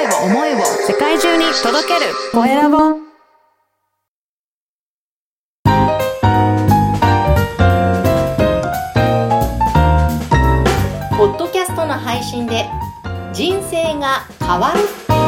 思いを世界中に届けるコエラボ。ポッドキャストの配信で人生が変わる。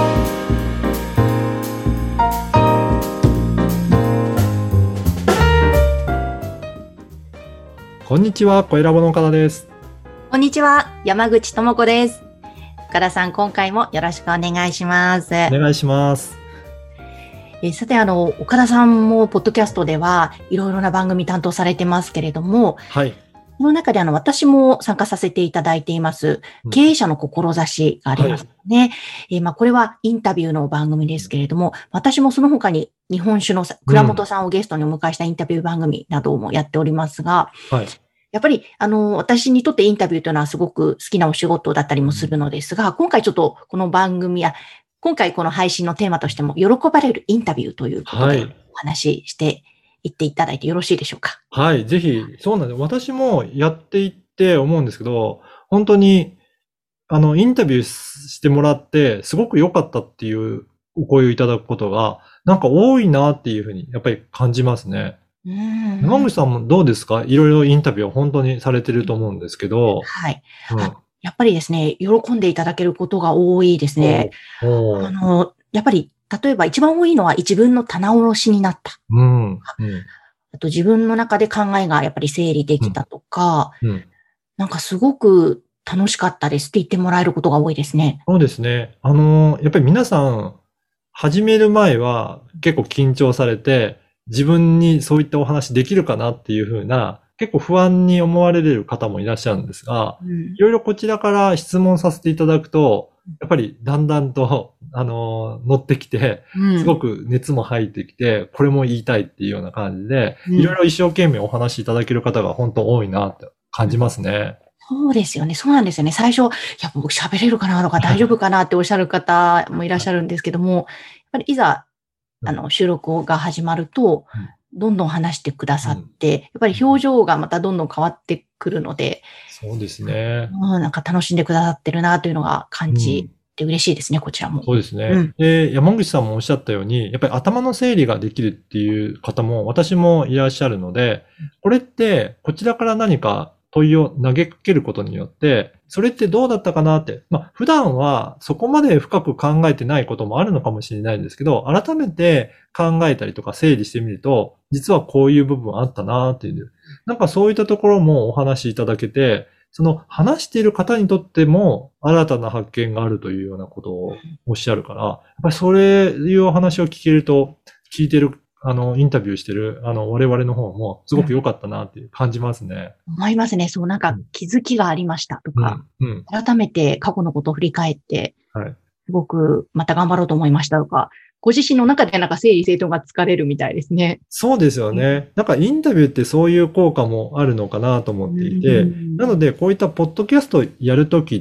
こんにちは、コエラボの岡田です。 こんにちは、山口智子です。岡田さん、今回もよろしくお願いします。 お願いします。 さて、岡田さんもポッドキャストではいろいろな番組担当されてますけれども、 はい。 この中で私も参加させていただいています、経営者の志がありますね。はい、これはインタビューの番組ですけれども、私もその他に日本酒の倉本さんをゲストにお迎えしたインタビュー番組などもやっておりますが、 はい。 やっぱり、私にとってインタビューというのはすごく好きなお仕事だったりもするのですが、今回ちょっとこの番組や、今回この配信のテーマとしても、喜ばれるインタビューということでお話ししていっていただいてよろしいでしょうか。 はい、ぜひ、そうなんです。私もやっていって思うんですけど、本当に、インタビューしてもらって、すごく良かったっていうお声をいただくことが、なんか多いなっていうふうに、やっぱり感じますね。山口さんもどうですか？いろいろインタビューを本当にされてると思うんですけど。 はい。やっぱりですね、喜んでいただけることが多いですね。やっぱり、例えば一番多いのは自分の棚卸しになった。あと自分の中で考えがやっぱり整理できたとか、なんかすごく楽しかったですって言ってもらえることが多いですね。 そうですね。やっぱり皆さん、始める前は結構緊張されて、自分にそういったお話できるかなっていうふうな、結構不安に思われる方もいらっしゃるんですが、いろいろこちらから質問させていただくと、やっぱりだんだんと、乗ってきて、すごく熱も入ってきて、これも言いたいっていうような感じで、いろいろ一生懸命お話しいただける方が本当多いなって感じますね。 そうですよね。そうなんですよね。最初、いや、僕喋れるかなとか大丈夫かなっておっしゃる方もいらっしゃるんですけども、やっぱりいざ、収録が始まると、どんどん話してくださって、やっぱり表情がまたどんどん変わってくるので、 そうですね。 なんか楽しんでくださってるなというのが感じて嬉しいですね、こちらも。 そうですね。で、山口さんもおっしゃったように、やっぱり頭の整理ができるっていう方も私もいらっしゃるので、これってこちらから何か問いを投げかけることによって、それってどうだったかなって、普段はそこまで深く考えてないこともあるのかもしれないんですけど、改めて考えたりとか整理してみると、実はこういう部分あったなっていう、なんかそういったところもお話しいただけて、その話している方にとっても新たな発見があるというようなことをおっしゃるから、やっぱりそれいうお話を聞けると、聞いてる、インタビューしてる、我々の方もすごく良かったなって感じますね。 思いますね。そう、なんか気づきがありましたとか、改めて過去のことを振り返って、すごくまた頑張ろうと思いましたとか、ご自身の中でなんか整理整頓が疲れるみたいですね。 そうですよね。なんかインタビューってそういう効果もあるのかなと思っていて、なのでこういったポッドキャストやるときって、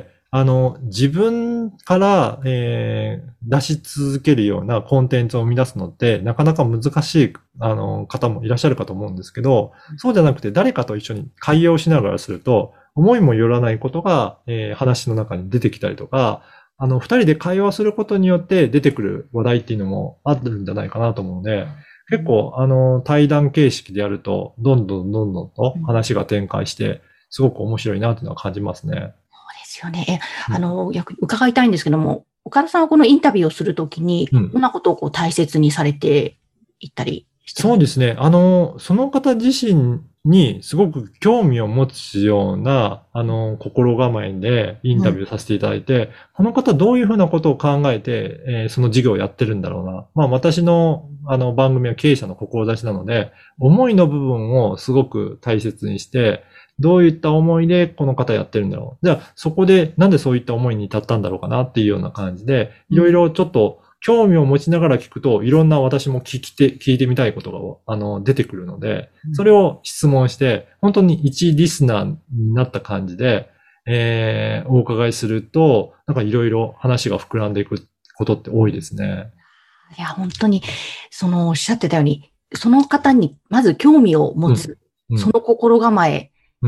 自分から、出し続けるようなコンテンツを生み出すのってなかなか難しい、方もいらっしゃるかと思うんですけど、そうじゃなくて誰かと一緒に会話をしながらすると、思いもよらないことが、話の中に出てきたりとか、二人で会話することによって出てくる話題っていうのもあるんじゃないかなと思うので、結構、対談形式でやると、どんどんと話が展開して、すごく面白いなというのは感じますね。 そうですよね。伺いたいんですけども、岡田さんはこのインタビューをするときに、どんなことを大切にされていったりしてますか？ そうですね。その方自身にすごく興味を持つような、心構えでインタビューさせていただいて、この方どういうふうなことを考えて、その事業をやってるんだろうな。私の、番組は経営者の志なので、思いの部分をすごく大切にして、どういった思いでこの方やってるんだろう。じゃあ、そこでなんでそういった思いに至ったんだろうかなっていうような感じで、いろいろちょっと、興味を持ちながら聞くと、いろんな私も聞いてみたいことが、出てくるので、それを質問して、本当に一リスナーになった感じで、お伺いすると、なんかいろいろ話が膨らんでいくことって多いですね。 いや、本当に、おっしゃってたように、その方にまず興味を持つ、その心構え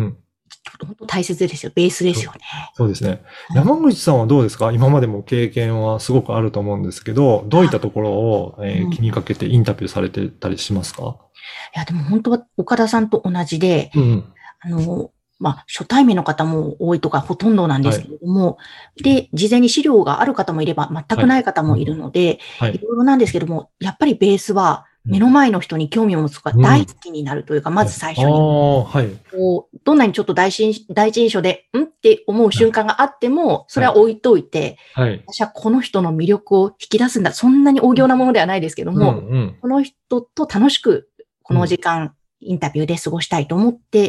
本当大切ですよ。ベースですよね。 そうですね。山口さんはどうですか？今までも経験はすごくあると思うんですけど、どういったところを、気にかけてインタビューされてたりしますか？ いや、でも本当は岡田さんと同じで、初対面の方も多いとかほとんどなんですけれども、で、事前に資料がある方もいれば全くない方もいるので、いろいろなんですけども、やっぱりベースは目の前の人に興味を持つか大好きになるというか、まず最初に。どんなにちょっと第一印象で、って思う瞬間があっても、それは置いといて、私はこの人の魅力を引き出すんだ。そんなに大行なものではないですけども、この人と楽しくこの時間、インタビューで過ごしたいと思って、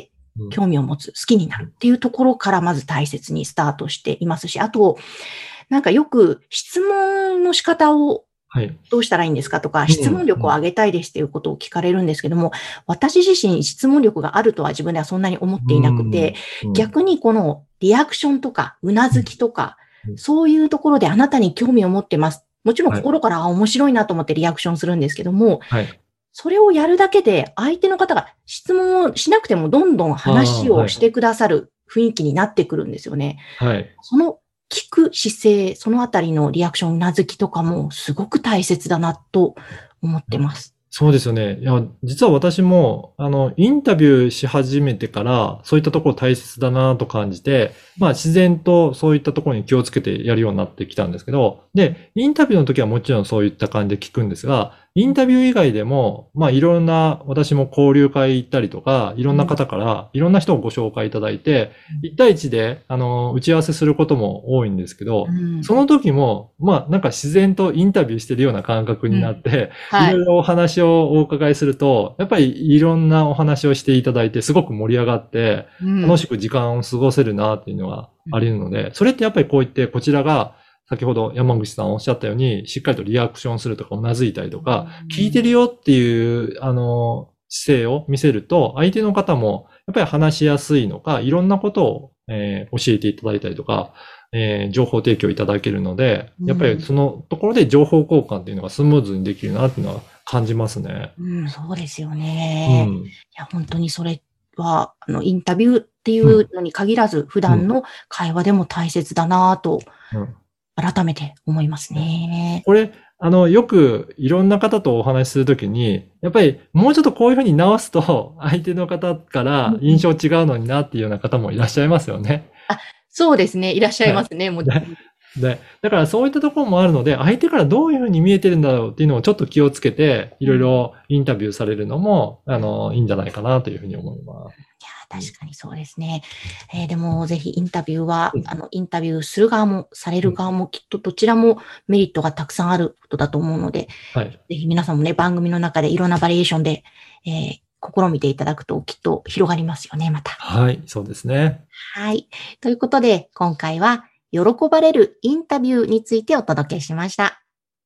興味を持つ、好きになるっていうところからまず大切にスタートしていますし、あと、なんかよく質問の仕方をどうしたらいいんですかとか、質問力を上げたいですっていうことを聞かれるんですけども、私自身質問力があるとは自分ではそんなに思っていなくて、逆にこのリアクションとか、うなずきとか、そういうところであなたに興味を持ってます。もちろん心から面白いなと思ってリアクションするんですけども、それをやるだけで相手の方が質問をしなくてもどんどん話をしてくださる雰囲気になってくるんですよね。その聞く姿勢、そのあたりのリアクション、うなずきとかもすごく大切だなと思ってます。 そうですよね。いや、実は私も、インタビューし始めてから、そういったところ大切だなと感じて、自然とそういったところに気をつけてやるようになってきたんですけど、で、インタビューの時はもちろんそういった感じで聞くんですが、インタビュー以外でも、いろんな、私も交流会行ったりとか、いろんな方からいろんな人をご紹介いただいて、1対1で、打ち合わせすることも多いんですけど、その時も、なんか自然とインタビューしてるような感覚になって、いろいろお話をお伺いすると、やっぱりいろんなお話をしていただいて、すごく盛り上がって、楽しく時間を過ごせるなっていうのがありるので、それってやっぱりこう言って、こちらが、先ほど山口さんおっしゃったように、しっかりとリアクションするとか、うなずいたりとか、聞いてるよっていう、姿勢を見せると、相手の方も、やっぱり話しやすいのか、いろんなことを、教えていただいたりとか、情報提供いただけるので、やっぱりそのところで情報交換っていうのがスムーズにできるなっていうのは感じますね。 そうですよね。いや、本当にそれは、インタビューっていうのに限らず、普段の会話でも大切だなと、改めて思いますね。 これ、よくいろんな方とお話しするときに、やっぱりもうちょっとこういうふうに直すと、相手の方から印象違うのになっていうような方もいらっしゃいますよね。 そうですね。いらっしゃいますね。もちろん。 だからそういったところもあるので、相手からどういうふうに見えてるんだろうっていうのをちょっと気をつけて、いろいろインタビューされるのも、いいんじゃないかなというふうに思います。 いや、確かにそうですね。でもぜひインタビューは、インタビューする側もされる側もきっとどちらもメリットがたくさんあることだと思うので、ぜひ皆さんもね、番組の中でいろんなバリエーションで、試みていただくときっと広がりますよね、また。 はい、そうですね。 はい。ということで、今回は、喜ばれるインタビューについてお届けしました。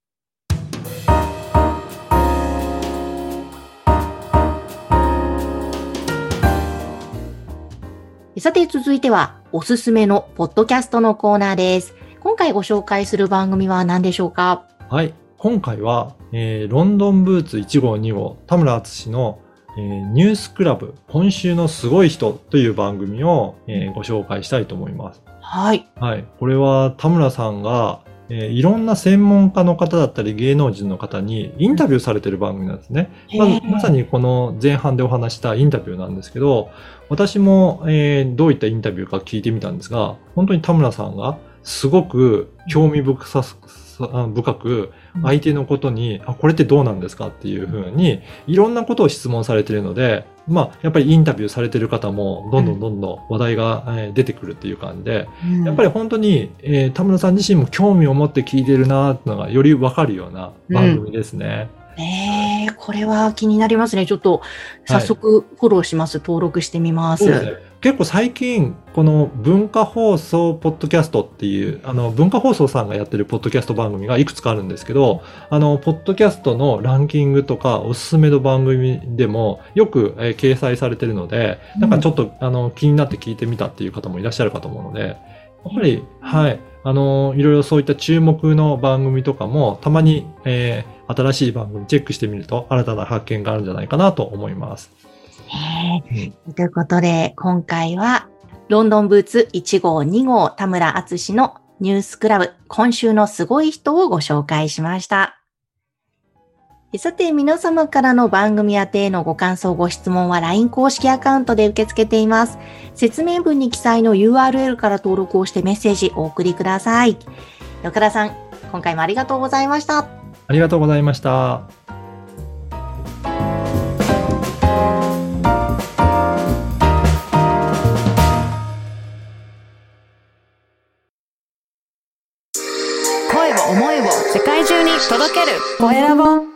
さて、続いては、おすすめのポッドキャストのコーナーです。今回ご紹介する番組は何でしょうか？ はい。今回は、ロンドンブーツ1号2号、田村敦のニュースクラブ、今週のすごい人という番組を、ご紹介したいと思います。 はい。 はい。これは田村さんが、いろんな専門家の方だったり芸能人の方にインタビューされている番組なんですね。まさにこの前半でお話したインタビューなんですけど、私も、どういったインタビューか聞いてみたんですが、本当に田村さんがすごく興味深く相手のことに、これってどうなんですかっていうふうにいろんなことを質問されているので、やっぱりインタビューされている方もどんどん話題が出てくるっていう感じで、やっぱり本当に田村さん自身も興味を持って聞いてるなっていうのがよりわかるような番組ですね。 これは気になりますね。ちょっと早速フォローします。登録してみます。 そうですね。結構最近、この文化放送ポッドキャストっていう、文化放送さんがやってるポッドキャスト番組がいくつかあるんですけど、ポッドキャストのランキングとかおすすめの番組でもよく、掲載されてるので、なんかちょっと、気になって聞いてみたっていう方もいらっしゃるかと思うので、やっぱり、はい、いろいろそういった注目の番組とかも、たまに、新しい番組チェックしてみると、新たな発見があるんじゃないかなと思います。 ということで、今回は、 ロンドンブーツ1号2号田村敦のニュースクラブ、今週のすごい人をご紹介しました。さて、皆様からの番組宛てへのご感想、ご質問は LINE 公式アカウントで受け付けています。説明文に記載の URL から登録をしてメッセージお送りください。岡田さん、今回もありがとうございました。 ありがとうございました。 声を思いを世界中に届けるコエラボ。